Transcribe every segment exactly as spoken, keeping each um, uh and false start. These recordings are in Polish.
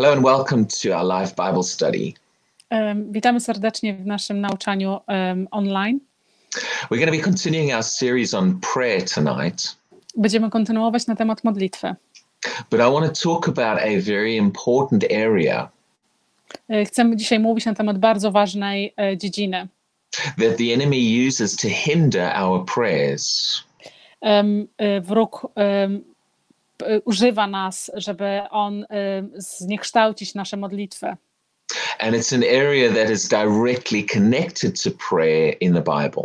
Hello and welcome to our live Bible study. Um, Witamy serdecznie w naszym nauczaniu um, online. We're going to be continuing our series on prayer tonight, Będziemy kontynuować na temat modlitwy. but I want to talk about a very important area E, Chcemy dzisiaj mówić na temat bardzo ważnej e, dziedziny. that the enemy uses to hinder our prayers. Um, e, Wróg um, p- używa nas, żeby on um, zniekształcić nasze modlitwy. And it's an area that is directly connected to prayer in the Bible.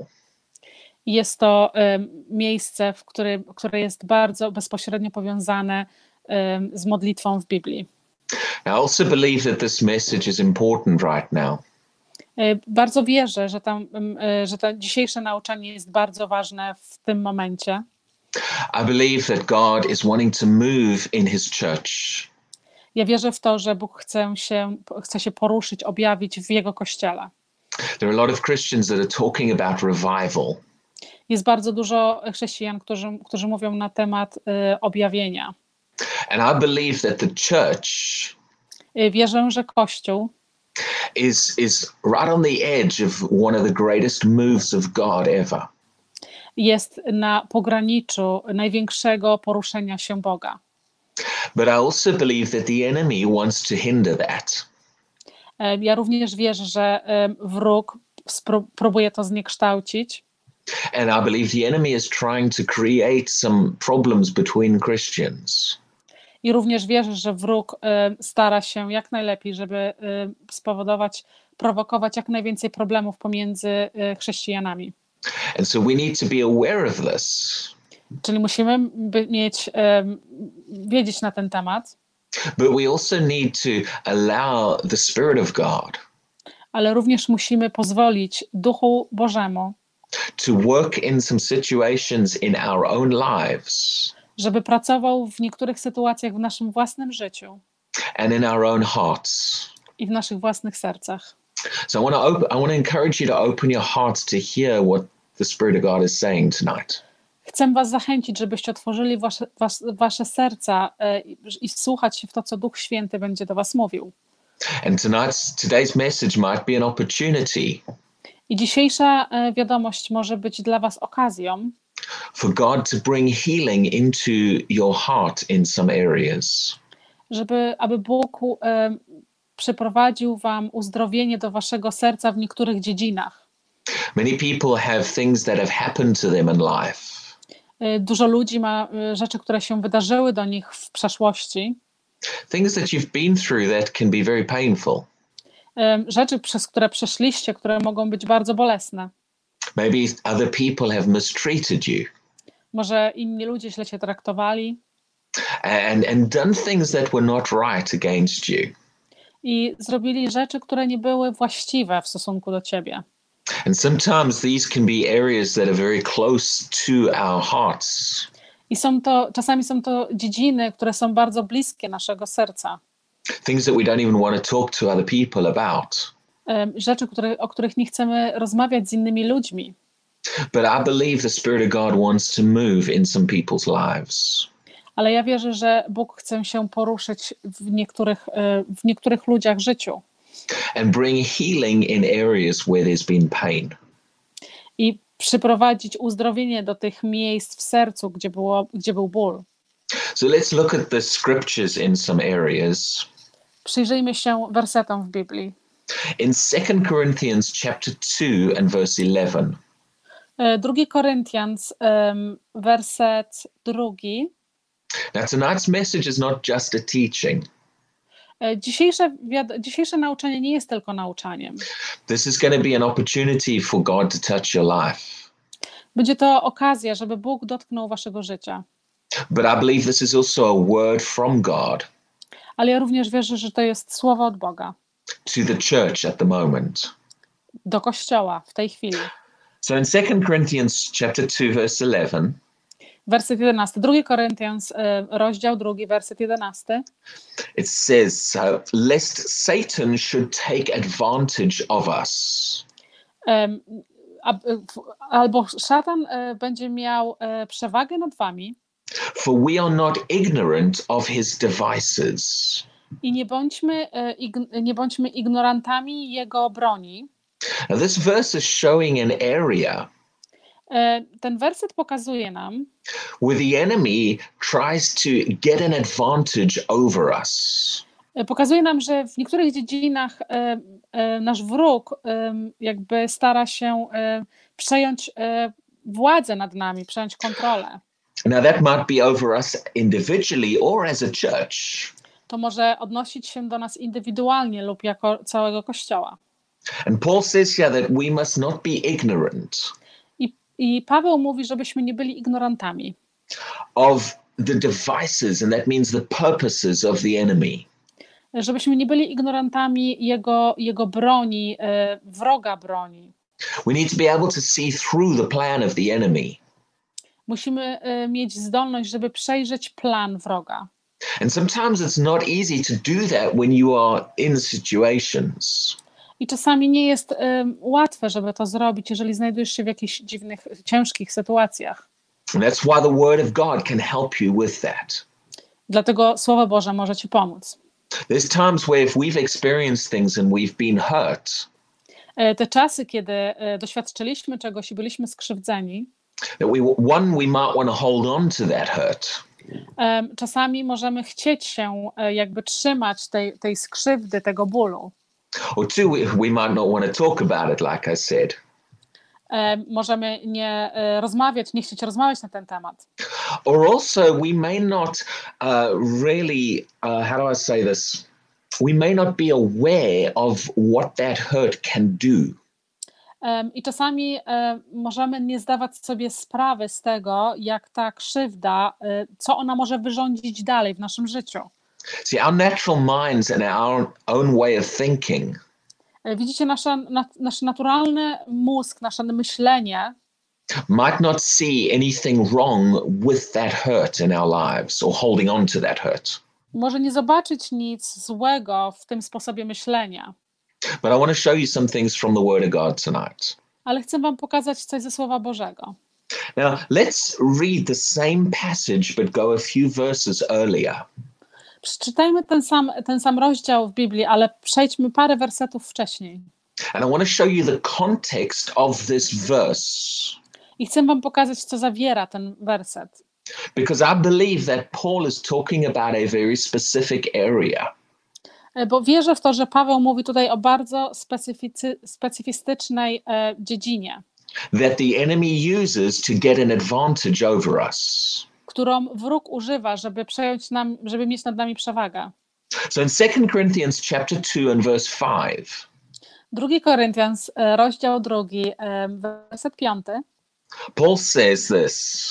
Jest to um, miejsce, w którym, które jest bardzo bezpośrednio powiązane um, z modlitwą w Biblii. I also believe that this message is important right now. E, Bardzo wierzę, że, tam, e, że to dzisiejsze nauczanie jest bardzo ważne w tym momencie. I believe that God is wanting to move in his church. Ja wierzę w to, że Bóg chce się, chce się poruszyć, objawić w Jego Kościele. There are a lot of Christians that are talking about revival. Jest bardzo dużo chrześcijan, którzy, którzy mówią na temat y, objawienia. And I believe that the church Y, Wierzę, że Kościół is is right on the edge of one of the greatest moves of God ever. jest na pograniczu największego poruszenia się Boga. But I also believe that the enemy wants to hinder that. Y, Ja również wierzę, że y, wróg spró- próbuje to zniekształcić. And I believe the enemy is trying to create some problems between Christians. I również wierzę, że wróg y, stara się jak najlepiej, żeby y, spowodować, prowokować jak najwięcej problemów pomiędzy y, chrześcijanami. And so we need to be aware of this. Czyli musimy by mieć, um, wiedzieć na ten temat, But we also need to allow the Spirit of God ale również musimy pozwolić Duchu Bożemu, to work in some situations in our own lives żeby pracował w niektórych sytuacjach w naszym własnym życiu and in our own hearts. i w naszych własnych sercach. So I want to open, I want to encourage you to open your hearts to hear what the Spirit of God is saying tonight. Chcę was zachęcić, żebyście otworzyli wasze, was, wasze serca e, i, i słuchać się w to, co Duch Święty będzie do was mówił. And tonight's today's message might be an opportunity I dzisiejsza e, wiadomość może być dla was okazją, for God to bring healing into your heart in some areas. żeby, aby Bóg e, przyprowadził wam uzdrowienie do waszego serca w niektórych dziedzinach. Many people have things that have happened to them in life, Y, Dużo ludzi ma y, rzeczy, które się wydarzyły do nich w przeszłości, things that you've been through that can be very painful. y, rzeczy, przez które przeszliście, które mogą być bardzo bolesne. Maybe other people have mistreated you Może inni ludzie źle cię traktowali and, and done things that were not right against you. i zrobili rzeczy, które nie były właściwe w stosunku do ciebie. And sometimes these can be areas that are very close to our hearts. I są to, czasami są to dziedziny, które są bardzo bliskie naszego serca. Things that we don't even want to talk to other people about. Y, Rzeczy, które, o których nie chcemy rozmawiać z innymi ludźmi. But I believe the Spirit of God wants to move in some people's lives. Ale ja wierzę, że Bóg chce się poruszyć w niektórych, y, w niektórych ludziach życiu. And bring healing in areas where there's been pain. I przyprowadzić uzdrowienie do tych miejsc w sercu, gdzie, było, gdzie był ból. So let's look at the scriptures in some areas. Przyjrzyjmy się wersetom w Biblii. In Second Corinthians chapter two and verse eleven, E, Drugi Koryntians, em, werset drugi. now tonight's message is not just a teaching. E, Dzisiejsze, wiad- dzisiejsze nauczanie nie jest tylko nauczaniem. This is going to be an opportunity for God to touch your life. Będzie to okazja, żeby Bóg dotknął waszego życia. But I believe this is also a word from God Ale ja również wierzę, że to jest słowo od Boga to the church at the moment. do Kościoła w tej chwili. So in Second Corinthians chapter two verse eleven, Werset jedenasty. Drugi Koryntians, e, rozdział drugi, werset jedenasty. it says, uh, lest Satan should take advantage of us. Em, a- w- Albo szatan e, będzie miał e, przewagę nad wami, For we are not ignorant of his devices. I nie bądźmy, e, ig- nie bądźmy ignorantami Jego broni. Now, this verse is showing an area E, Ten werset pokazuje nam, where the enemy tries to get an advantage over us. e, pokazuje nam, że w niektórych dziedzinach e, e, nasz wróg e, jakby stara się e, przejąć e, władzę nad nami, przejąć kontrolę. Now, that might be over us individually or as a church. To może odnosić się do nas indywidualnie lub jako całego Kościoła. And Paul says here that we must not be ignorant I, I Paweł mówi, żebyśmy nie byli ignorantami, of the devices, and that means the purposes of the enemy. żebyśmy nie byli ignorantami jego, jego broni, e, wroga broni. We need to be able to see through the plan of the enemy. Musimy e, mieć zdolność, żeby przejrzeć plan wroga. And sometimes it's not easy to do that when you are in situations. I czasami nie jest e, łatwe, żeby to zrobić, jeżeli znajdujesz się w jakichś dziwnych, ciężkich sytuacjach. And that's why the Word of God can help you with that. Dlatego Słowo Boże może ci pomóc. There's times where if we've experienced things and we've been hurt, E, Te czasy, kiedy e, doświadczyliśmy czegoś i byliśmy skrzywdzeni, that we one we might want to hold on to that hurt. e, czasami możemy chcieć się e, jakby trzymać tej, tej skrzywdy, tego bólu. Or two, we, we might not want to talk about it, like I said. E, Możemy nie e, rozmawiać, nie chcieć rozmawiać na ten temat. Or also, we may not uh, really, uh, how do I say this? We may not be aware of what that hurt can do. E, I czasami e, możemy nie zdawać sobie sprawy z tego, jak ta krzywda, e, co ona może wyrządzić dalej w naszym życiu. See, our natural minds and our own way of thinking E, Widzicie, nasza, na, nasz naturalny mózg, nasze myślenie might not see anything wrong with that hurt in our lives or holding on to that hurt. może nie zobaczyć nic złego w tym sposobie myślenia. But I want to show you some things from the Word of God tonight. Ale chcę wam pokazać coś ze Słowa Bożego. Now, let's read the same passage but go a few verses earlier. Przeczytajmy ten sam, ten sam rozdział w Biblii, ale przejdźmy parę wersetów wcześniej. And I want to show you the context of this verse, I chcę wam pokazać, co zawiera ten werset. because I believe that Paul is talking about a very specific area. E, Bo wierzę w to, że Paweł mówi tutaj o bardzo specyficy, specyfistycznej e, dziedzinie, That the enemy uses to get an advantage over us. którą wróg używa, żeby przejąć nam, żeby mieć nad nami przewagę. So in Second Corinthians chapter two and verse five, Drugi Koryntian, e, rozdział drugi, e, werset piąty, Paul says this,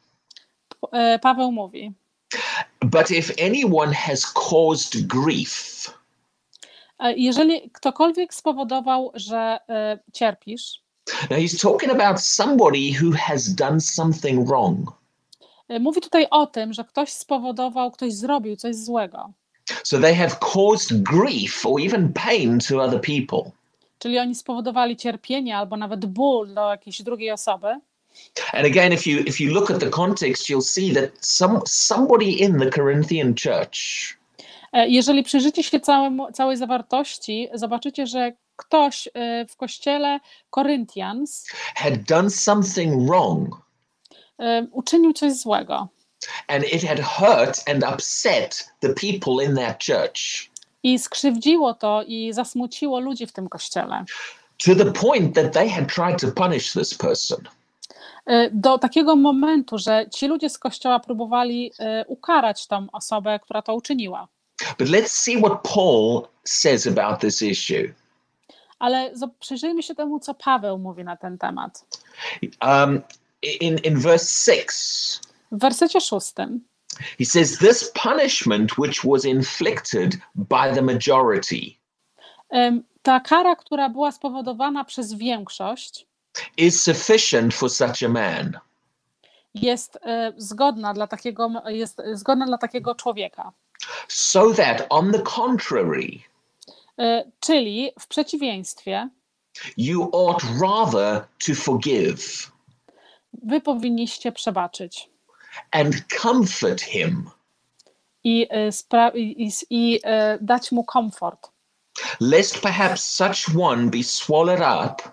e, Paweł mówi: but if anyone has caused grief, e, jeżeli ktokolwiek spowodował, że e, cierpisz, now he's talking about somebody who has done something wrong. e, mówi tutaj o tym, że ktoś spowodował, ktoś zrobił coś złego. So they have caused grief or even pain to other people. Czyli oni spowodowali cierpienie albo nawet ból do jakiejś drugiej osoby. And again, if you if you look at the context, you'll see that some somebody in the Corinthian church E, Jeżeli przyjrzycie się całemu, całej zawartości, zobaczycie, że ktoś e, w kościele Corinthians had done something wrong, e, uczynił coś złego and it had hurt and upset the people in that church i skrzywdziło to i zasmuciło ludzi w tym kościele. to the point that they had tried to punish this person. E, Do takiego momentu, że ci ludzie z kościoła próbowali e, ukarać tą osobę, która to uczyniła. But let's see what Paul says about this issue. Ale zo- przyjrzyjmy się temu, co Paweł mówi na ten temat. Um, in in verse six, W wersecie szóstym he says, "This punishment which was inflicted by the majority em, ta kara, która była spowodowana przez większość, is sufficient for such a man." jest e, zgodna dla takiego, jest zgodna dla takiego człowieka. So that, on the contrary, E, Czyli w przeciwieństwie you ought rather to forgive wy powinniście przebaczyć and comfort him, i, e, spra- i, i, i e, dać mu komfort, lest perhaps such one be swallowed up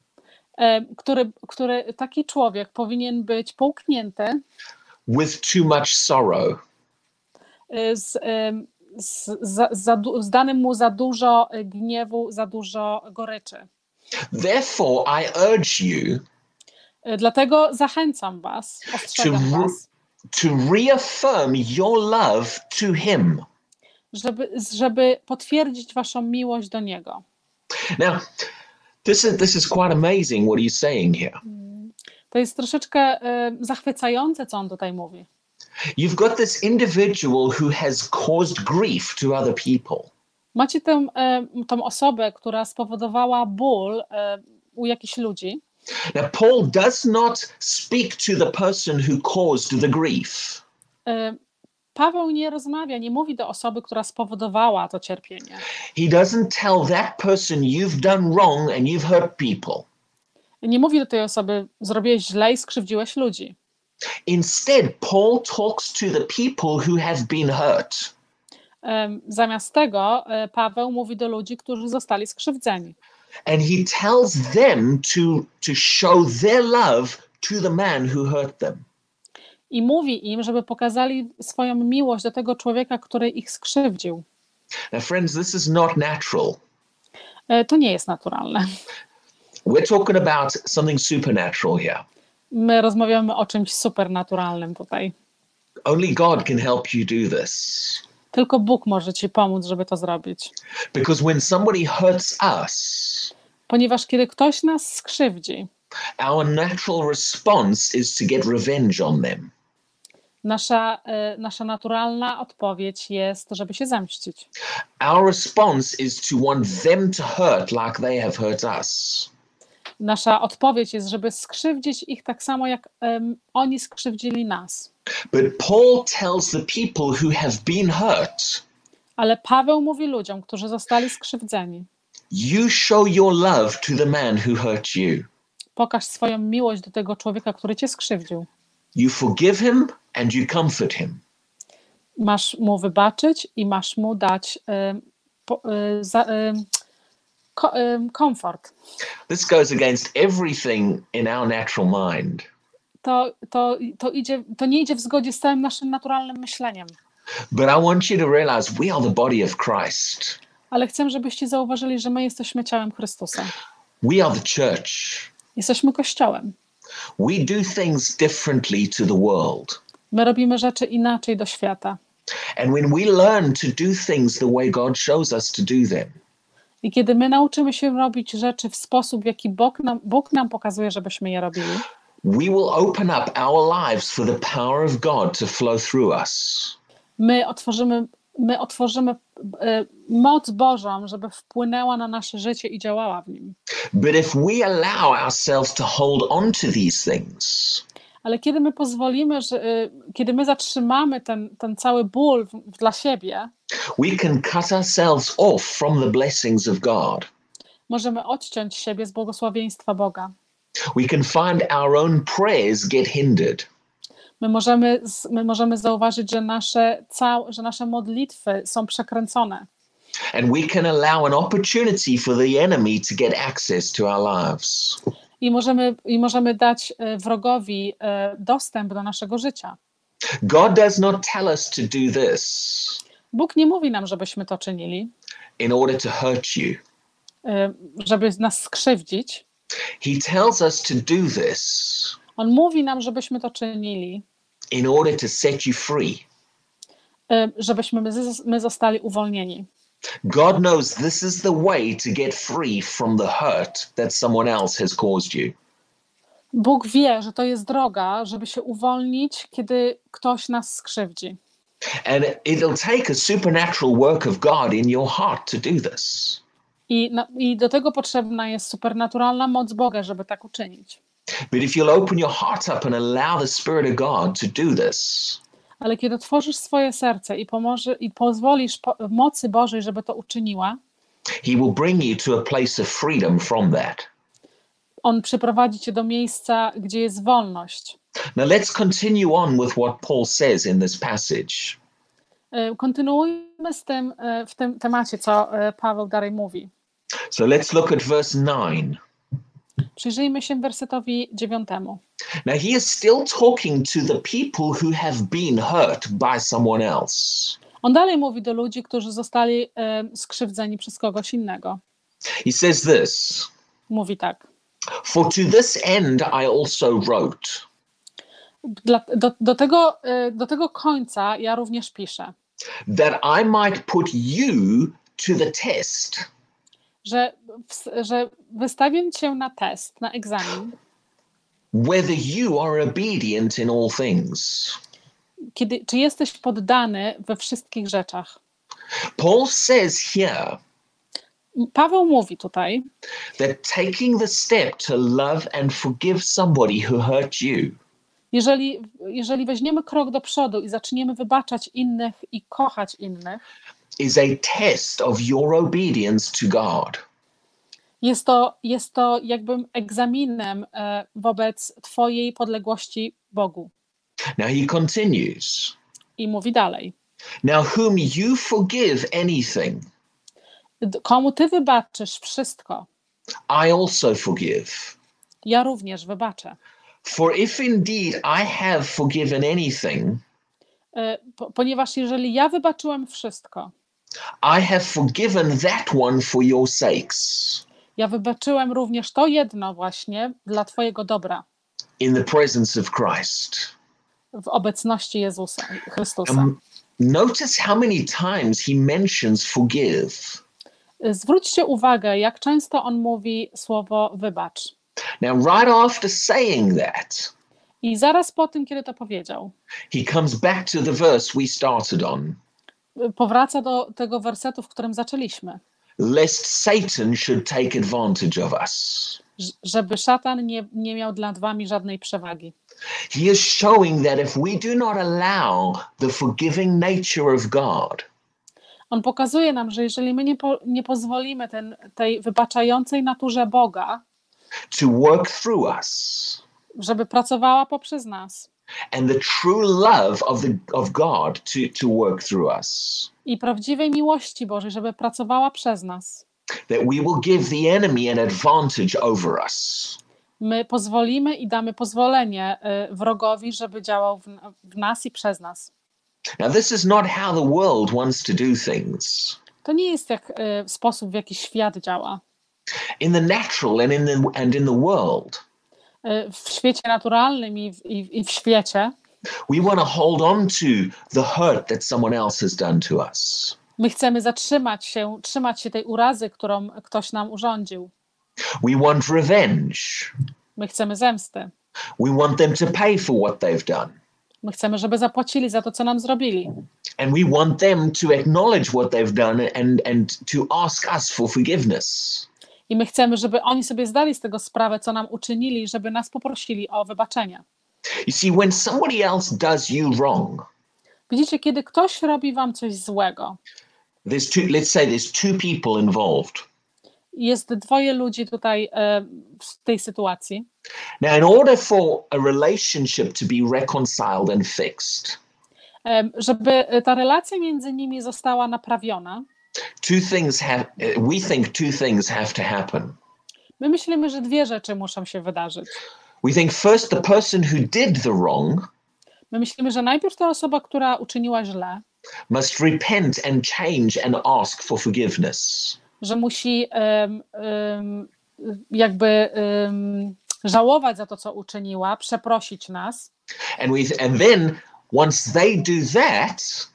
e, który, który taki człowiek powinien być połknięty with too much sorrow. e, z, e, z, za, za, du- z danym mu za dużo gniewu, za dużo goryczy. Therefore, I urge you E, Dlatego zachęcam was, to, ostrzegam re- was, to reaffirm your love to him. żeby, żeby potwierdzić waszą miłość do niego. Now, this is this is quite amazing what he's saying here. To jest troszeczkę e, zachwycające, co on tutaj mówi. You've got this individual who has caused grief to other people. Macie tę, e, tą osobę, która spowodowała ból e, u jakichś ludzi. Now, Paul does not speak to the person who caused the grief. E, Paweł nie rozmawia, nie mówi do osoby, która spowodowała to cierpienie. He doesn't tell that person you've done wrong and you've hurt people. Nie mówi do tej osoby, zrobiłeś źle i skrzywdziłeś ludzi. Instead, Paul talks to the people who have been hurt. E, Zamiast tego e, Paweł mówi do ludzi, którzy zostali skrzywdzeni. And he tells them to, to show their love to the man who hurt them. I mówi im, żeby pokazali swoją miłość do tego człowieka, który ich skrzywdził. Now, friends, this is not natural. E, To nie jest naturalne. We're talking about something supernatural here. My rozmawiamy o czymś supernaturalnym tutaj. Only God can help you do this. Tylko Bóg może ci pomóc, żeby to zrobić. Because when somebody hurts us, Ponieważ kiedy ktoś nas skrzywdzi, our natural response is to get revenge on them. nasza, e, nasza naturalna odpowiedź jest, żeby się zemścić. Our response is to want them to hurt like they have hurt us. Nasza odpowiedź jest, żeby skrzywdzić ich tak samo, jak em, oni skrzywdzili nas. But Paul tells the people who have been hurt, Ale Paweł mówi ludziom, którzy zostali skrzywdzeni, you show your love to the man who hurt you. pokaż swoją miłość do tego człowieka, który cię skrzywdził. You forgive him and you comfort him. Masz mu wybaczyć i masz mu dać em, po, e, za, em, ko, em, komfort. This goes against everything in our natural mind. To, to, to, idzie, to nie idzie w zgodzie z całym naszym naturalnym myśleniem. But I want you to realize we are the body of Christ. Ale chcę, żebyście zauważyli, że my jesteśmy ciałem Chrystusa. We are the church. Jesteśmy Kościołem. We do things differently to the world. My robimy rzeczy inaczej do świata. And when we learn to do things the way God shows us to do them, I kiedy my nauczymy się robić rzeczy w sposób, w jaki Bóg nam, Bóg nam pokazuje, żebyśmy je robili, we will open up our lives for the power of God to flow through us. my otworzymy, my otworzymy e, moc Bożą, żeby wpłynęła na nasze życie i działała w nim. But if we allow ourselves to hold on to these things, Ale kiedy my pozwolimy, że, e, kiedy my zatrzymamy ten, ten cały ból w, dla siebie, we can cut ourselves off from the blessings of God. możemy odciąć siebie z błogosławieństwa Boga. We can find our own prayers get hindered. My możemy, z- my możemy zauważyć, że nasze, cał, że nasze modlitwy są przekręcone. And we can allow an opportunity for the enemy to get access to our lives. I możemy, i możemy dać e, wrogowi e, dostęp do naszego życia. God does not tell us to do this Bóg nie mówi nam, żebyśmy to czynili, in order to hurt you. e, żeby nas skrzywdzić. He tells us to do this On mówi nam, żebyśmy to czynili, in order to set you free. e, żebyśmy my, zos- my zostali uwolnieni. God knows this is the way to get free from the hurt that someone else has caused you. Bóg wie, że to jest droga, żeby się uwolnić, kiedy ktoś nas skrzywdzi. And it'll take a supernatural work of God in your heart to do this. I, na, I do tego potrzebna jest supernaturalna moc Boga, żeby tak uczynić. But if you'll open your heart up and allow the Spirit of God to do this, Ale kiedy otworzysz swoje serce i, pomoże, i pozwolisz po, mocy Bożej, żeby to uczyniła, He will bring you to a place of freedom from that. On przyprowadzi cię do miejsca, gdzie jest wolność. Now let's continue on with what Paul says in this passage. E, Kontynuujmy z tym, e, w tym temacie, co e, Paweł dalej mówi. So let's look at verse nine. Przyjrzyjmy się wersetowi dziewiątemu. Now he is still talking to the people who have been hurt by someone else. On dalej mówi do ludzi, którzy zostali e, skrzywdzeni przez kogoś innego. He says this, Mówi tak. for to this end I also wrote. Dla, do, do, tego, e, do tego końca ja również piszę, That I might put you to the test, że, w- że wystawię cię na test, na egzamin, whether you are obedient in all things. kiedy, czy jesteś poddany we wszystkich rzeczach. Paul says here Paweł mówi tutaj, that taking the step to love and forgive somebody who hurt you jeżeli, jeżeli weźmiemy krok do przodu i zaczniemy wybaczać innych i kochać innych, is a test of your obedience to God. jest to, jest to jakby egzaminem e, wobec twojej podległości Bogu. Now he continues. I mówi dalej. Now whom you forgive anything, D- Komu ty wybaczysz wszystko, I also forgive. ja również wybaczę. For if indeed I have forgiven anything, E, po, ponieważ jeżeli ja wybaczyłem wszystko, I have forgiven that one for your sakes, ja wybaczyłem również to jedno właśnie dla twojego dobra in the presence of Christ. w obecności Jezusa Chrystusa. Um, notice how many times he mentions forgive. Zwróćcie uwagę, jak często on mówi słowo wybacz. Now, right after saying that, I zaraz po tym, kiedy to powiedział, he comes back to the verse we started on. powraca do tego wersetu, w którym zaczęliśmy. Lest Satan should take advantage of us. Ż- Żeby szatan nie, nie miał nad wami żadnej przewagi. He is showing that if we do not allow the forgiving nature of God On pokazuje nam, że jeżeli my nie, po, nie pozwolimy ten, tej wybaczającej naturze Boga, to work through us, żeby pracowała poprzez nas and the true love of the of God to, to work through us, i prawdziwej miłości Bożej, żeby pracowała przez nas, that we will give the enemy an advantage over us. my pozwolimy i damy pozwolenie y, wrogowi, żeby działał w, w nas i przez nas. Now, this is not how the world wants to do things. To nie jest jak y, sposób, w jaki świat działa. In the natural and in the and in the world, Y, w świecie naturalnym i w, i, i w świecie we want to hold on to the hurt that someone else has done to us. my chcemy zatrzymać się, trzymać się tej urazy, którą ktoś nam urządził. We want revenge. My chcemy zemsty. We want them to pay for what they've done. My chcemy, żeby zapłacili za to, co nam zrobili. And we want them to acknowledge what they've done and, and to ask us for forgiveness. I my chcemy, żeby oni sobie zdali z tego sprawę, co nam uczynili, żeby nas poprosili o wybaczenie. You see, when somebody else does you wrong, Widzicie, kiedy ktoś robi wam coś złego, there's two, let's say there's two people involved. jest dwoje ludzi tutaj e, w tej sytuacji. Now, in order for a relationship to be reconciled and fixed, E, żeby ta relacja między nimi została naprawiona, two things have, uh, we think two things have to happen. my myślimy, że dwie rzeczy muszą się wydarzyć. We think first the person who did the wrong My myślimy, że najpierw ta osoba, która uczyniła źle, must repent and change and ask for forgiveness. że musi um, um, jakby um, żałować za to, co uczyniła, przeprosić nas. And we and then once they do that,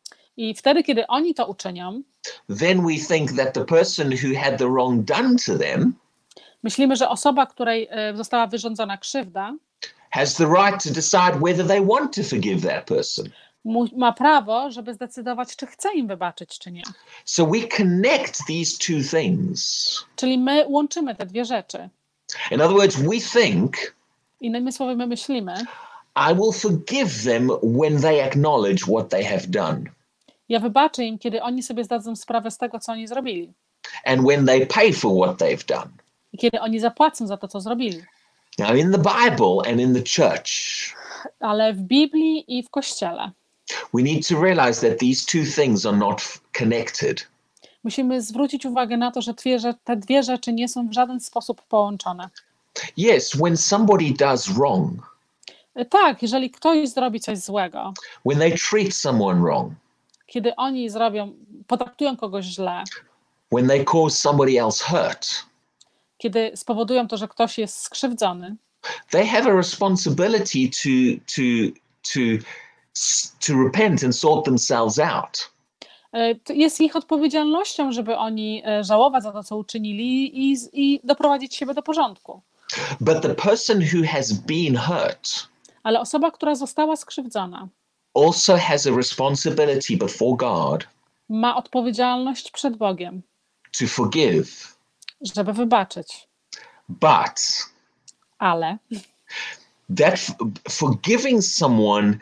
I wtedy, kiedy oni to uczynią, then we think that the person who had the wrong done to them myślimy, że osoba, której e, została wyrządzona krzywda, has the right to decide whether they want to forgive that person. mu, ma prawo, żeby zdecydować, czy chce im wybaczyć, czy nie. So we connect these two things. Czyli my łączymy te dwie rzeczy. In other words, we think, Innymi słowy, my myślimy, I will forgive them when they acknowledge what they have done. ja wybaczę im, kiedy oni sobie zdadzą sprawę z tego, co oni zrobili. And when they pay for what they've done. I kiedy oni zapłacą za to, co zrobili. Now, in the Bible and in the church, Ale w Biblii i w Kościele We need to realize that these two things are not f- connected. Musimy zwrócić uwagę na to, że dwie, że te dwie rzeczy nie są w żaden sposób połączone. Yes, when somebody does wrong, Tak, jeżeli ktoś zrobi coś złego, when they treat someone wrong, kiedy oni zrobią, potraktują kogoś źle, when they cause somebody else hurt, kiedy spowodują to, że ktoś jest skrzywdzony, they have a responsibility to to to to repent and sort themselves out. to jest ich odpowiedzialnością, żeby oni e, żałować za to, co uczynili i, i doprowadzić siebie do porządku. But the person who has been hurt Ale osoba, która została skrzywdzona, also has a responsibility before God ma odpowiedzialność przed Bogiem, to forgive. żeby wybaczyć. But Ale that f- forgiving someone,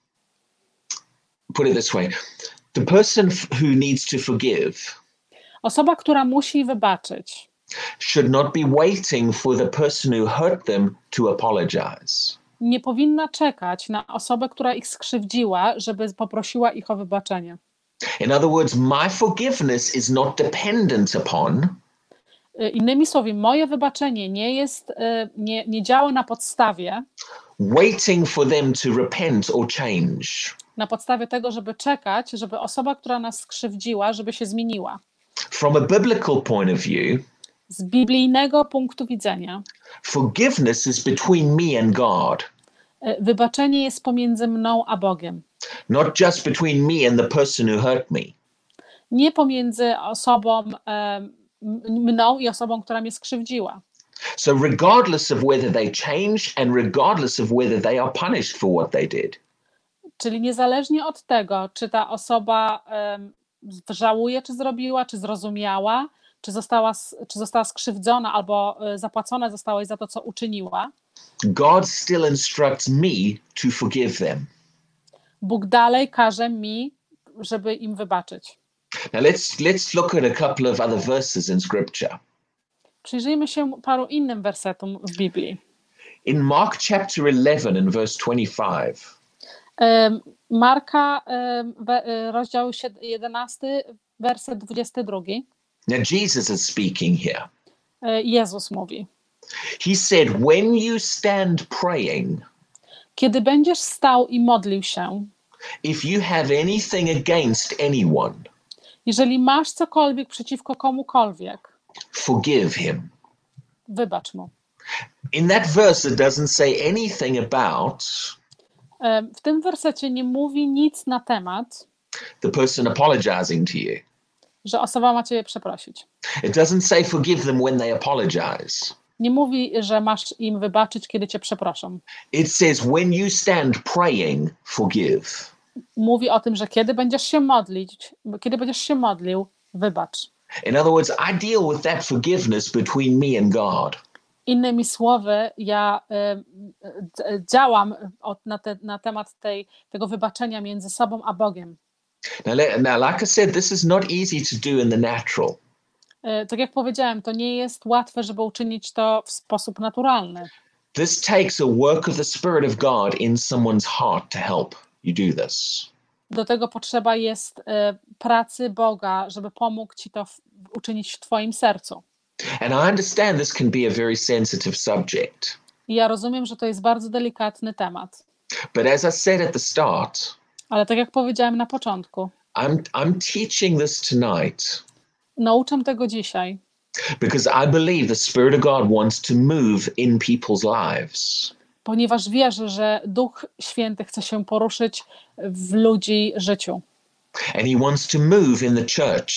put it this way, the person f- who needs to forgive osoba, która musi wybaczyć, should not be waiting for the person who hurt them to apologize. nie powinna czekać na osobę, która ich skrzywdziła, żeby poprosiła ich o wybaczenie. In other words, my forgiveness is not dependent upon Y, Innymi słowy, moje wybaczenie nie jest, y, nie, nie działa na podstawie, waiting for them to repent or change. na podstawie tego, żeby czekać, żeby osoba, która nas skrzywdziła, żeby się zmieniła. From a biblical point of view, Z biblijnego punktu widzenia, forgiveness is between me and God, y, wybaczenie jest pomiędzy mną a Bogiem. not just between me and the person who hurt me. Nie pomiędzy osobą, em, m- mną i osobą, która mnie skrzywdziła. So regardless of whether they change and regardless of whether they are punished for what they did, Czyli niezależnie od tego, czy ta osoba em, żałuje, czy zrobiła, czy zrozumiała, czy została, s- czy została skrzywdzona albo e, zapłacone zostało jej za to, co uczyniła, God still instructs me to forgive them. Bóg dalej każe mi, żeby im wybaczyć. Now let's let's look at a couple of other verses in scripture. Przyjrzyjmy się paru innym wersetom w Biblii. In Mark chapter eleven and verse twenty-five, Em, Marka, em, we- e, rozdział sied- jedenasty, werset dwudziesty drugi. now Jesus is speaking here. E, Jezus mówi: He said, when you stand praying, kiedy będziesz stał i modlił się, if you have anything against anyone, jeżeli masz cokolwiek przeciwko komukolwiek, forgive him. wybacz mu. In that verse, it doesn't say anything about Em, W tym wersecie nie mówi nic na temat, the person apologizing to you. że osoba ma ciebie przeprosić. It doesn't say forgive them when they apologize. Nie mówi, że masz im wybaczyć, kiedy cię przeproszą. It says when you stand praying, forgive. Mówi o tym, że kiedy będziesz się modlić, kiedy będziesz się modlił, wybacz. In other words, I deal with that forgiveness between me and God. Innymi słowy, ja em, d- działam od, na, te, na temat tej, tego wybaczenia między sobą a Bogiem. Now, le- now, like I said, this is not easy to do in the natural. E, Tak jak powiedziałem, to nie jest łatwe, żeby uczynić to w sposób naturalny. This takes a work of the Spirit of God in someone's heart to help you do this. Do tego potrzeba jest e, pracy Boga, żeby pomógł ci to w, uczynić w twoim sercu. And I understand this can be a very sensitive subject. I ja rozumiem, że to jest bardzo delikatny temat. But as I said at the start, Ale tak jak powiedziałem na początku, I'm, I'm teaching this tonight nauczam tego dzisiaj, because I believe the Spirit of God wants to move in people's lives. ponieważ wierzę, że Duch Święty chce się poruszyć w ludzi życiu And He wants to move in the church.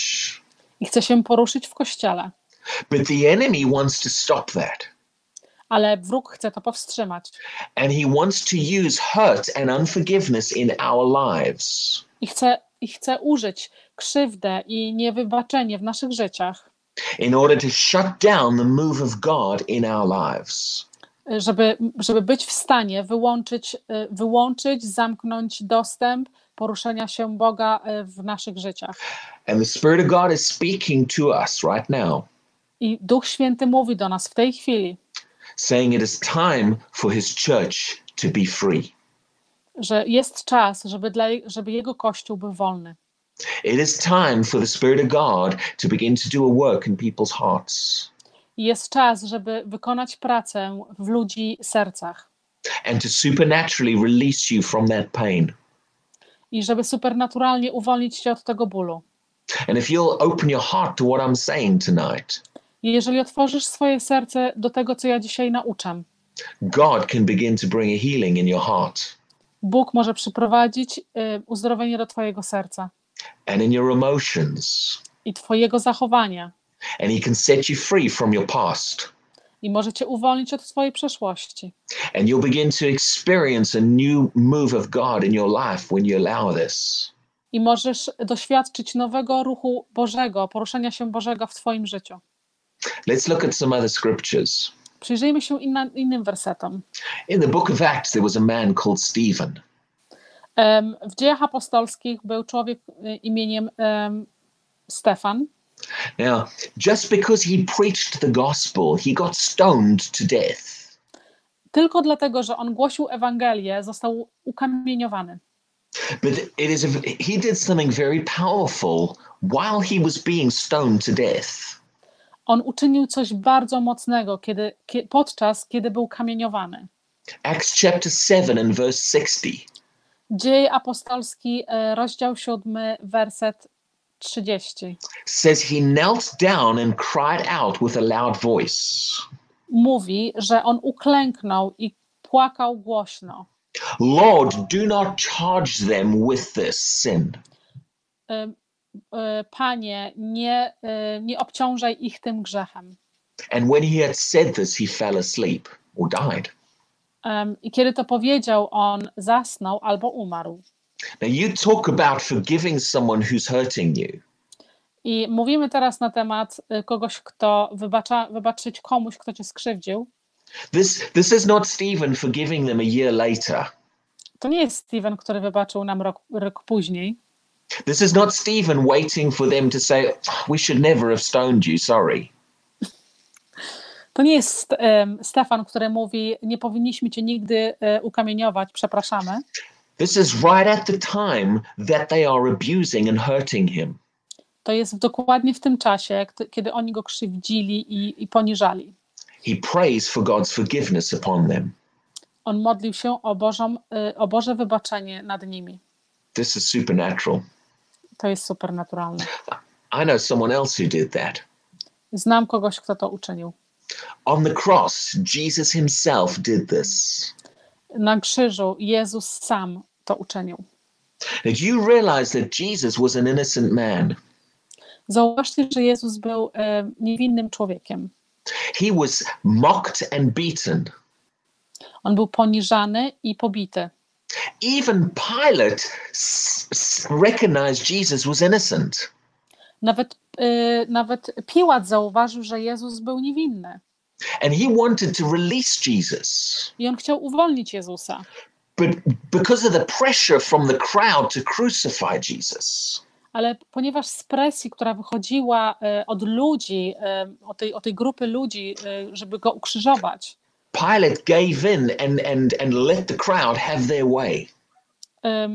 i chce się poruszyć w Kościele. But the enemy wants to stop that. Ale wróg chce to powstrzymać And he wants to use hurt and unforgiveness in our lives i chce, i chce użyć krzywdę i niewybaczenie w naszych życiach, in order to shut down the move of God in our lives. żeby, żeby być w stanie wyłączyć, y, wyłączyć, zamknąć dostęp poruszenia się Boga y, w naszych życiach. And the Spirit of God is speaking to us right now, I Duch Święty mówi do nas w tej chwili, saying it is time for His church to be free. że jest czas, żeby, dla, żeby Jego Kościół był wolny. It is time for the Spirit of God to begin to do a work in people's hearts. I jest czas, żeby wykonać pracę w ludzi sercach. And to supernaturally release you from that pain. I żeby supernaturalnie uwolnić cię od tego bólu. And if you'll open your heart to what I'm saying tonight, I jeżeli otworzysz swoje serce do tego, co ja dzisiaj nauczam, God can begin to bring a healing in your heart. Bóg może przyprowadzić y, uzdrowienie do twojego serca And in your emotions. i twojego zachowania. And he can set you free from your past. I może cię uwolnić od twojej przeszłości. And you'll begin to experience a new move of God in your life when you allow this. I możesz doświadczyć nowego ruchu Bożego, poruszenia się Bożego w twoim życiu. Let's look at some other scriptures. Przyjrzyjmy się inna, innym wersetom. In the book of Acts, there was a man called Stephen. Um, w Dziejach Apostolskich był człowiek y, imieniem um, Stefan. Now, just because he preached the gospel, he got stoned to death. Tylko dlatego, że on głosił Ewangelię, został ukamieniowany. But it is a, he did something very powerful while he was being stoned to death. On uczynił coś bardzo mocnego, kiedy, kie, podczas kiedy był kamieniowany. Acts chapter seven and verse sixty. Dzieje Apostolski, rozdział siódmy, werset trzydziesty. Says he knelt down and cried out with a loud voice. Mówi, że on uklęknął i płakał głośno. Lord, do not charge them with this sin. Panie, nie, nie obciążaj ich tym grzechem. And when he had said this, he fell asleep or died. Um, I kiedy to powiedział, on zasnął albo umarł. Now you talk about forgiving someone who's hurting you. I mówimy teraz na temat kogoś, kto wybacza, wybaczyć komuś, kto cię skrzywdził. This, this is not Stephen forgiving them a year later. To nie jest Stephen, który wybaczył nam rok, rok później. This is not Stephen waiting for them to say, we should never have stoned you, sorry. To nie jest um, Stefan, który mówi, nie powinniśmy cię nigdy um, ukamieniować, przepraszamy. This is right at the time that they are abusing and hurting him. To jest dokładnie w tym czasie, kiedy oni go krzywdzili i, i poniżali. He prays for God's forgiveness upon them. On modlił się o, Bożą, o Boże wybaczenie nad nimi. This is supernatural. To jest supernaturalne. I know someone else who did that. Znam kogoś, kto to uczynił. On the cross, Jesus himself did this. Na krzyżu Jezus sam to uczynił. Did you realize that Jesus was an innocent man? Zauważcie, że Jezus był e, niewinnym człowiekiem. He was mocked and beaten. On był poniżany i pobity. Even Pilate s- s- recognized Jesus was innocent. Nawet, e, nawet Piłat zauważył, że Jezus był niewinny. And he wanted to release Jesus. I on chciał uwolnić Jezusa. But because of the pressure from the crowd to crucify Jesus, Ale ponieważ z presji, która wychodziła e, od ludzi, e, od, tej, od tej grupy ludzi, e, żeby go ukrzyżować, Pilate gave in and, and, and let the crowd have their way. e,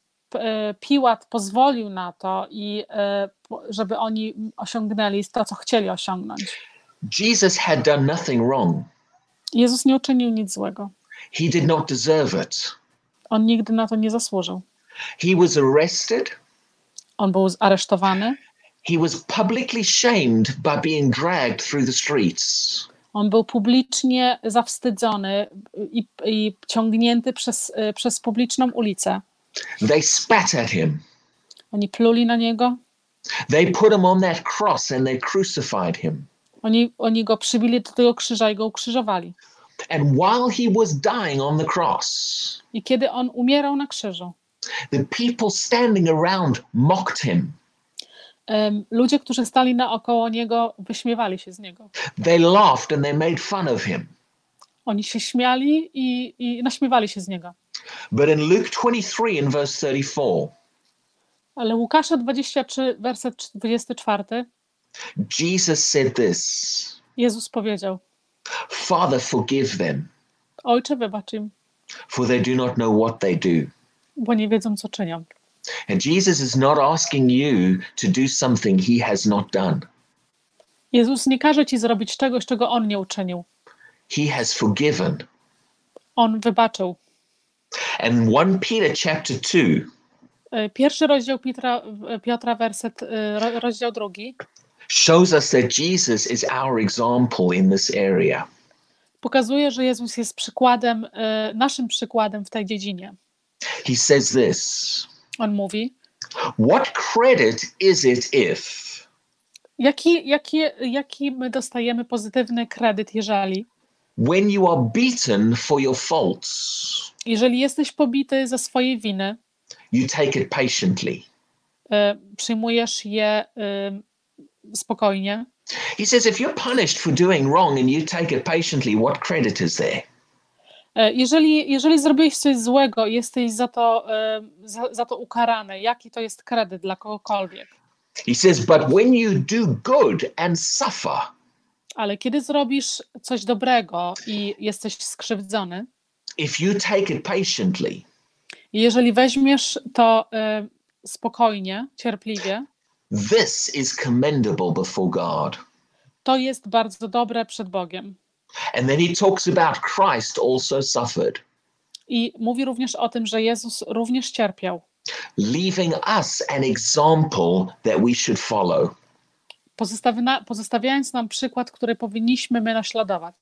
e, Piłat pozwolił na to, i e, żeby oni osiągnęli to, co chcieli osiągnąć. Jesus had done nothing wrong. Jezus nie uczynił nic złego. He did not deserve it. On nigdy na to nie zasłużył. He was arrested. On był aresztowany. He was publicly shamed by being dragged through the streets. On był publicznie zawstydzony i, i ciągnięty przez, przez publiczną ulicę. They spat at him. Oni pluli na niego. They put him on that cross and they crucified him. Oni, oni go przybili do tego krzyża i go ukrzyżowali. And while he was dying on the cross, I kiedy on umierał na krzyżu, the people standing around mocked him. um, ludzie, którzy stali naokoło niego, wyśmiewali się z niego. They laughed and they made fun of him. Oni się śmiali i, i naśmiewali się z niego. But in Luke twenty-three and verse thirty-four, Ale Łukasza dwadzieścia trzy, werset dwudziesty czwarty, Jesus said this, Jezus powiedział: Father, forgive them, Ojcze, wybacz im, for they do not know what they do. bo nie wiedzą, co czynią. And Jesus is not asking you to do something he has not done. Jezus nie każe ci zrobić czegoś, czego On nie uczynił. He has forgiven. On wybaczył. And First Peter chapter two Pierwszy rozdział Piotra, Piotra werset, rozdział drugi, shows us that Jesus is our example in this area. pokazuje, że Jezus jest przykładem, naszym przykładem w tej dziedzinie. He says this, On mówi, what credit is it if, jaki, jaki, jaki my dostajemy pozytywny kredyt, jeżeli, when you are beaten for your faults, jeżeli jesteś pobity za swoje winy, you take it patiently. przyjmujesz je spokojnie. He says if you're punished for doing wrong and you take it patiently, what credit is there? Jeżeli, jeżeli zrobiłeś coś złego i jesteś za to, za, za to ukarany, jaki to jest kredyt dla kogokolwiek? He says, but when you do good and suffer, ale kiedy zrobisz coś dobrego i jesteś skrzywdzony, if you take it patiently, jeżeli weźmiesz to y, spokojnie, cierpliwie, this is commendable before God. to jest bardzo dobre przed Bogiem. And then he talks about Christ also suffered. I mówi również o tym, że Jezus również cierpiał. Leaving us an example that we should follow. Pozostawiając nam przykład, który powinniśmy my naśladować.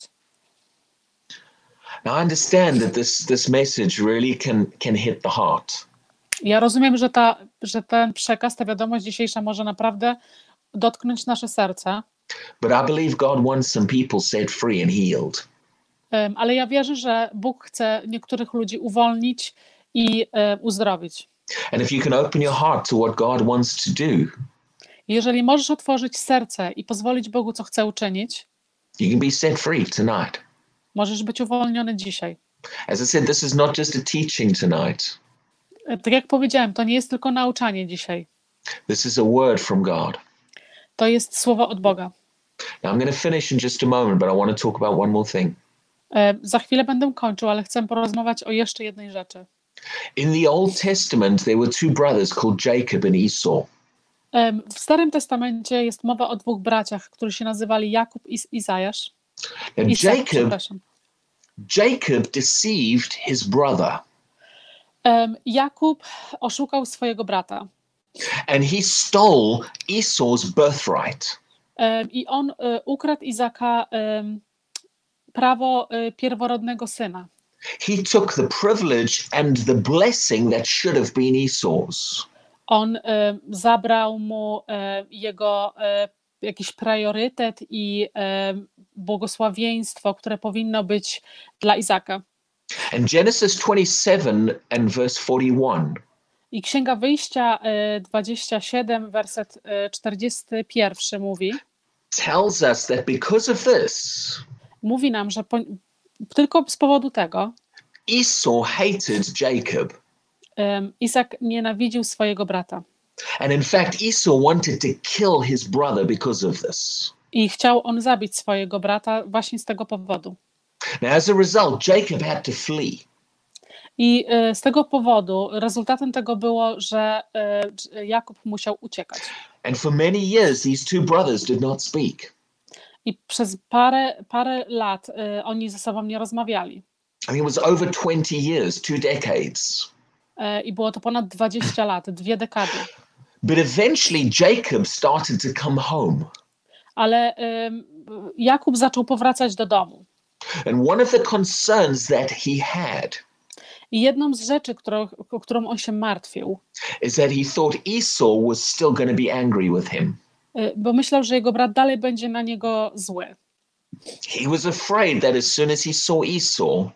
Now I understand that this, this message really can, can hit the heart. Ja rozumiem, że, ta, że ten przekaz, ta wiadomość dzisiejsza może naprawdę dotknąć nasze serce. But I believe God wants some people set free and healed. Um, ale ja wierzę, że Bóg chce niektórych ludzi uwolnić i um, uzdrowić. And if you can open your heart to what God wants to do, jeżeli możesz otworzyć serce i pozwolić Bogu, co chce uczynić, you can be set free tonight. Możesz być uwolniony dzisiaj. As I said, this is not just a teaching tonight. Tak jak powiedziałem, to nie jest tylko nauczanie dzisiaj. This is a word from God. To jest słowo od Boga. Now I'm going to finish in just a moment, but I want to talk about one more thing. E, za chwilę będę kończył, ale chcę porozmawiać o jeszcze jednej rzeczy. In the Old Testament, there were two brothers called Jacob and Esau. E, w Starym Testamencie jest mowa o dwóch braciach, którzy się nazywali Jakub i Izajasz. Now, Isak, Jacob, przepraszam. Jacob deceived his brother. E, Jakub oszukał swojego brata. And he stole Esau's birthright. E, I on e, ukradł Izaka e, prawo e, pierworodnego syna. He took the privilege and the blessing that should have been Esau's. On e, zabrał mu e, jego e, jakiś priorytet i e, błogosławieństwo, które powinno być dla Izaka. And Genesis twenty-seven and verse forty-one. I Księga Wyjścia e, dwadzieścia siedem, werset e, czterdziesty pierwszy mówi, tells us that because of this, mówi nam, że po, tylko z powodu tego Esau hated Jacob. um, Izak nienawidził swojego brata. And in fact, Esau wanted to kill his brother because of this. I chciał on zabić swojego brata właśnie z tego powodu. Now, as a result, Jacob had to flee. I e, z tego powodu rezultatem tego było, że e, Jakub musiał uciekać. And for many years, these two brothers did not speak. I przez parę, parę lat e, oni ze sobą nie rozmawiali. I mean, it was over twenty years, two decades. E, I było to ponad dwadzieścia lat, dwie dekady. But eventually, Jacob started to come home. Ale e, Jakub zaczął powracać do domu. And one of the concerns that he had I jedną z rzeczy, którą, o którą on się martwił, is that he thought Esau was still going to be angry with him. bo myślał, że jego brat dalej będzie na niego zły. He was afraid that as soon as he saw Esau,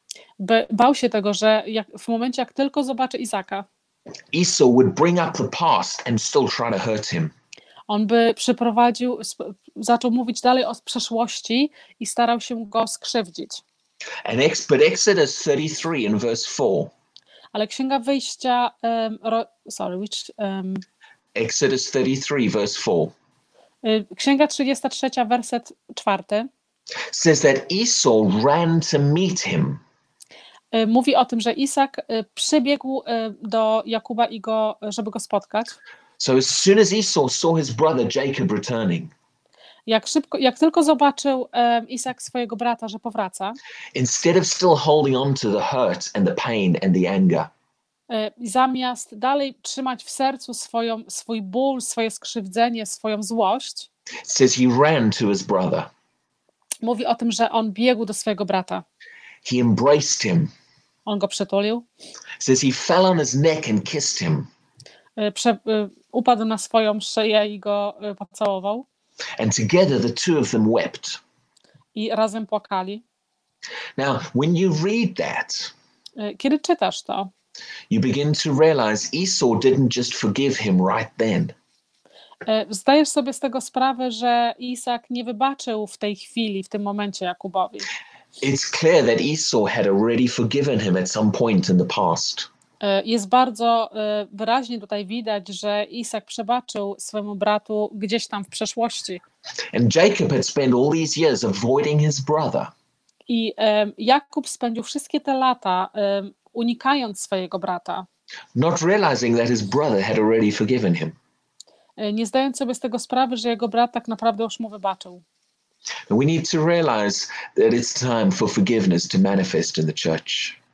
Bał się tego, że jak, w momencie, jak tylko zobaczy Izaka, Esau would bring up the past and still try to hurt him. on by przyprowadził, zaczął mówić dalej o przeszłości i starał się go skrzywdzić. And ex, but Exodus thirty-three in verse four. Ale Księga Wyjścia, um, ro, sorry, which, um, Exodus thirty-three verse four. Księga trzydziesta trzecia, werset czwarty. Says that Esau ran to meet him. y, mówi o tym, że Isak y, przybiegł y, do Jakuba, i go, żeby go spotkać. So as soon as Esau saw his brother Jacob returning, Jak, szybko, jak tylko zobaczył um, Isak swojego brata, że powraca, instead of still holding on to the hurt and the pain and the anger, y, zamiast dalej trzymać w sercu swoją, swój ból, swoje skrzywdzenie, swoją złość, it says he ran to his brother. mówi o tym, że on biegł do swojego brata. He embraced him. On go przytulił, It says he fell on his neck and kissed him. y, prze, y, upadł na swoją szyję i go y, pocałował. And together the two of them wept. I razem płakali. Now, when you read that, Y, Kiedy czytasz to, you begin to realize Esau didn't just forgive him right then. y, zdajesz sobie z tego sprawę, że Isak nie wybaczył w tej chwili, w tym momencie Jakubowi. It's clear that Esau had already forgiven him at some point in the past. Y, Jest bardzo y, wyraźnie tutaj widać, że Isak przebaczył swojemu bratu gdzieś tam w przeszłości. And Jacob had spent all these years avoiding his brother. I y, Jakub spędził wszystkie te lata y, unikając swojego brata, not realizing that his brother had already forgiven him. y, nie zdając sobie z tego sprawy, że jego brat tak naprawdę już mu wybaczył. And we need to realize that it's time for forgiveness to manifest in the church.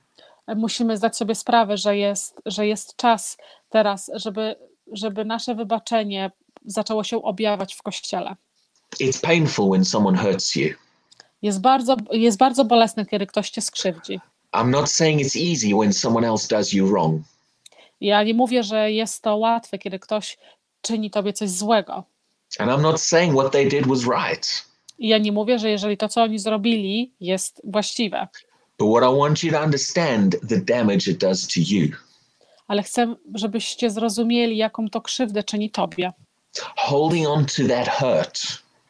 Musimy zdać sobie sprawę, że jest, że jest czas teraz, żeby, żeby nasze wybaczenie zaczęło się objawiać w Kościele. It's painful when someone hurts you. Jest bardzo, jest bardzo bolesne, kiedy ktoś cię skrzywdzi. I'm not saying it's easy when someone else does you wrong. Ja nie mówię, że jest to łatwe, kiedy ktoś czyni tobie coś złego. And I'm not saying what they did was right. I ja nie mówię, że jeżeli to, co oni zrobili, jest właściwe. But what I want you to understand, the damage it does to you. Ale chcę, żebyście zrozumieli, jaką to krzywdę czyni tobie. Holding on to that hurt.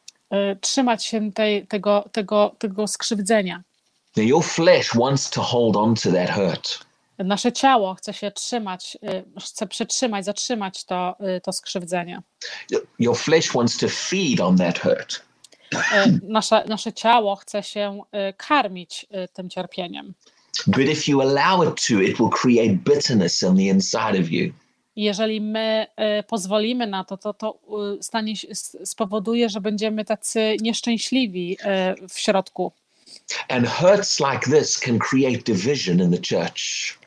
Y, Trzymać się tej, tego, tego, tego skrzywdzenia. Now your flesh wants to hold on to that hurt. Nasze ciało chce się trzymać, y, chce przytrzymać, zatrzymać to, y, to skrzywdzenie. Your flesh wants to feed on that hurt. Y, Nasze, nasze ciało chce się y, karmić y, tym cierpieniem. But if you allow it to, it will create bitterness on the inside of you. I jeżeli my y, pozwolimy na to, to to y, stanie, się- s- spowoduje, że będziemy tacy nieszczęśliwi y, w środku. And hurts like this can create division in the church.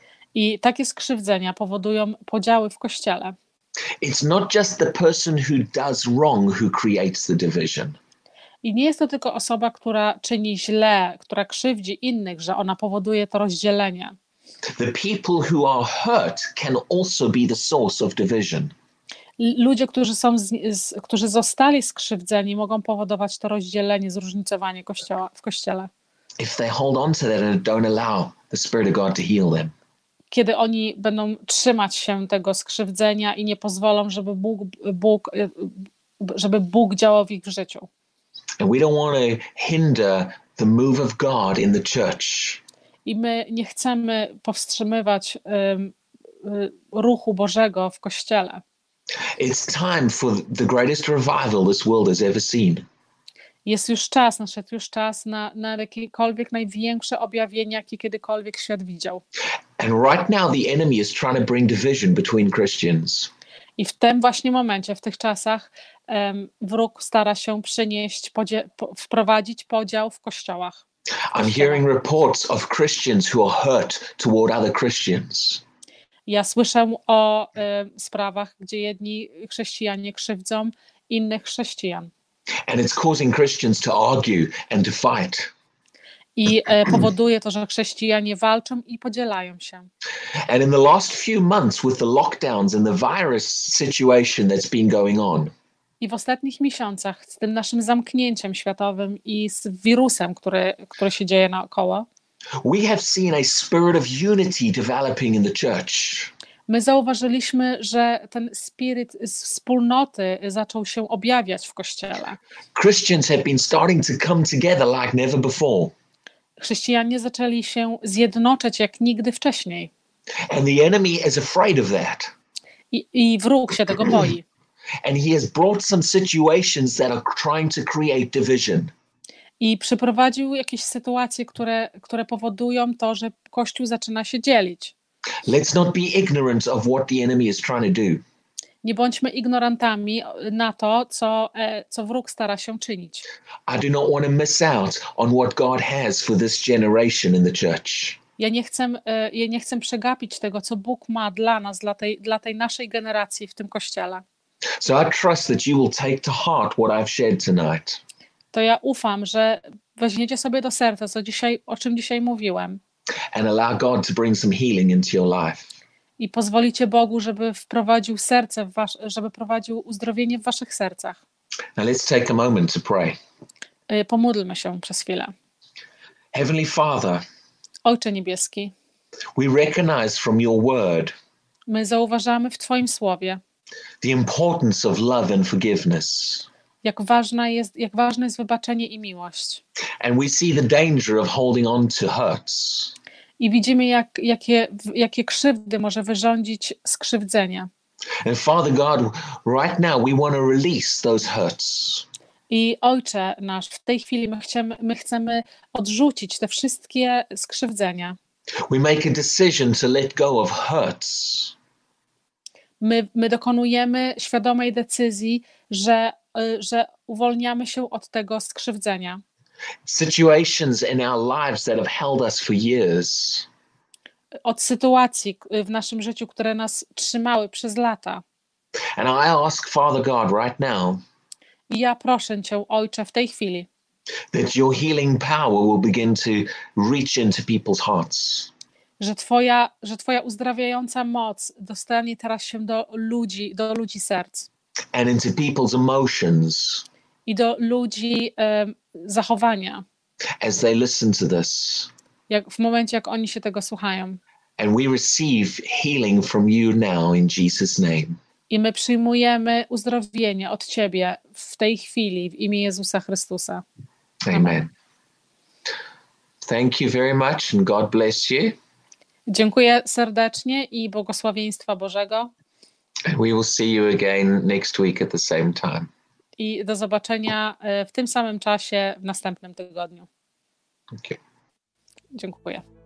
I takie skrzywdzenia powodują podziały w Kościele. It's not just the person who does wrong who creates the division. I nie jest to tylko osoba, która czyni źle, która krzywdzi innych, że ona powoduje to rozdzielenie. The people who are hurt can also be the source of division. L- Ludzie, którzy, są z, z, którzy zostali skrzywdzeni, mogą powodować to rozdzielenie, zróżnicowanie kościoła, w Kościele. If they hold on to that and don't allow the Spirit of God to heal them. Kiedy oni będą trzymać się tego skrzywdzenia i nie pozwolą, żeby Bóg, Bóg, y, żeby Bóg działał w ich życiu. And we don't want to hinder the move of God in the church. I my nie chcemy powstrzymywać ym, y, ruchu Bożego w Kościele. It's time for the greatest revival this world has ever seen. Jest już czas, nadszedł już czas na, na jakiekolwiek największe objawienie, jakie kiedykolwiek świat widział. And right now the enemy is trying to bring division between Christians. I w tym właśnie momencie, w tych czasach em, wróg stara się przynieść, podzie- po, wprowadzić podział w kościołach. I'm hearing reports of Christians who are hurt toward other Christians. Ja słyszę o em, sprawach, gdzie jedni chrześcijanie krzywdzą innych chrześcijan. And it's causing Christians to argue and to fight. I e, powoduje to, że chrześcijanie walczą i podzielają się. And in the last few months, with the lockdowns and the virus situation that's been going on, I w ostatnich miesiącach z tym naszym zamknięciem światowym i z wirusem, który, który się dzieje naokoło, we have seen a spirit of unity developing in the church. my zauważyliśmy, że ten spiryt z wspólnoty zaczął się objawiać w Kościele. Christians have been starting to come together like never before. Chrześcijanie zaczęli się zjednoczyć jak nigdy wcześniej. And the enemy is afraid of that. I, i wróg się tego boi. And he has brought some situations that are trying to create division. I przyprowadził jakieś sytuacje, które, które powodują to, że Kościół zaczyna się dzielić. Let's not be ignorant of what the enemy is trying to do. Nie bądźmy ignorantami na to, co, e, co wróg stara się czynić. I do not want to miss out on what God has for this generation in the church. Ja nie chcę, e, ja nie chcę przegapić tego, co Bóg ma dla nas, dla tej, dla tej naszej generacji w tym Kościele. So I trust that you will take to heart what I've shared tonight. To ja ufam, że weźmiecie sobie do serca, co dzisiaj, o czym dzisiaj mówiłem. And allow God to bring some healing into your life. I pozwolicie Bogu, żeby wprowadził serce, w wasz, żeby prowadził uzdrowienie w waszych sercach. Now let's take a moment to pray. Y, Pomódlmy się przez chwilę. Heavenly Father, Ojcze Niebieski, we recognize from your word my zauważamy w Twoim słowie, the importance of love and forgiveness. jak ważna jest, jak ważne jest wybaczenie i miłość. And we see the danger of holding on to hurts. I widzimy, jak, jakie, jakie krzywdy może wyrządzić skrzywdzenie. And Father God, right now we want to release those hurts. I Ojcze nasz, w tej chwili my chcemy, my chcemy odrzucić te wszystkie skrzywdzenia. We make a decision to let go of hurts. My, my dokonujemy świadomej decyzji, że, y, że uwolniamy się od tego skrzywdzenia. Situations in our lives that have held us for years. Od sytuacji w naszym życiu, które nas trzymały przez lata. And I ask Father God right now I ja proszę Cię, Ojcze, w tej chwili, that your healing power will begin to reach into people's hearts. że Twoja, że Twoja uzdrawiająca moc dostanie teraz się do ludzi, do ludzi serc And into people's emotions i do ludzi em, zachowania, as they listen to this. jak w momencie, jak oni się tego słuchają. And we receive healing from you now in Jesus' name. I my przyjmujemy uzdrowienie od Ciebie w tej chwili w imię Jezusa Chrystusa. Amen. Amen. Thank you very much and God bless you. Dziękuję serdecznie i błogosławieństwa Bożego. And we will see you again next week at the same time. I do zobaczenia e, w tym samym czasie w następnym tygodniu. Okay. Dziękuję.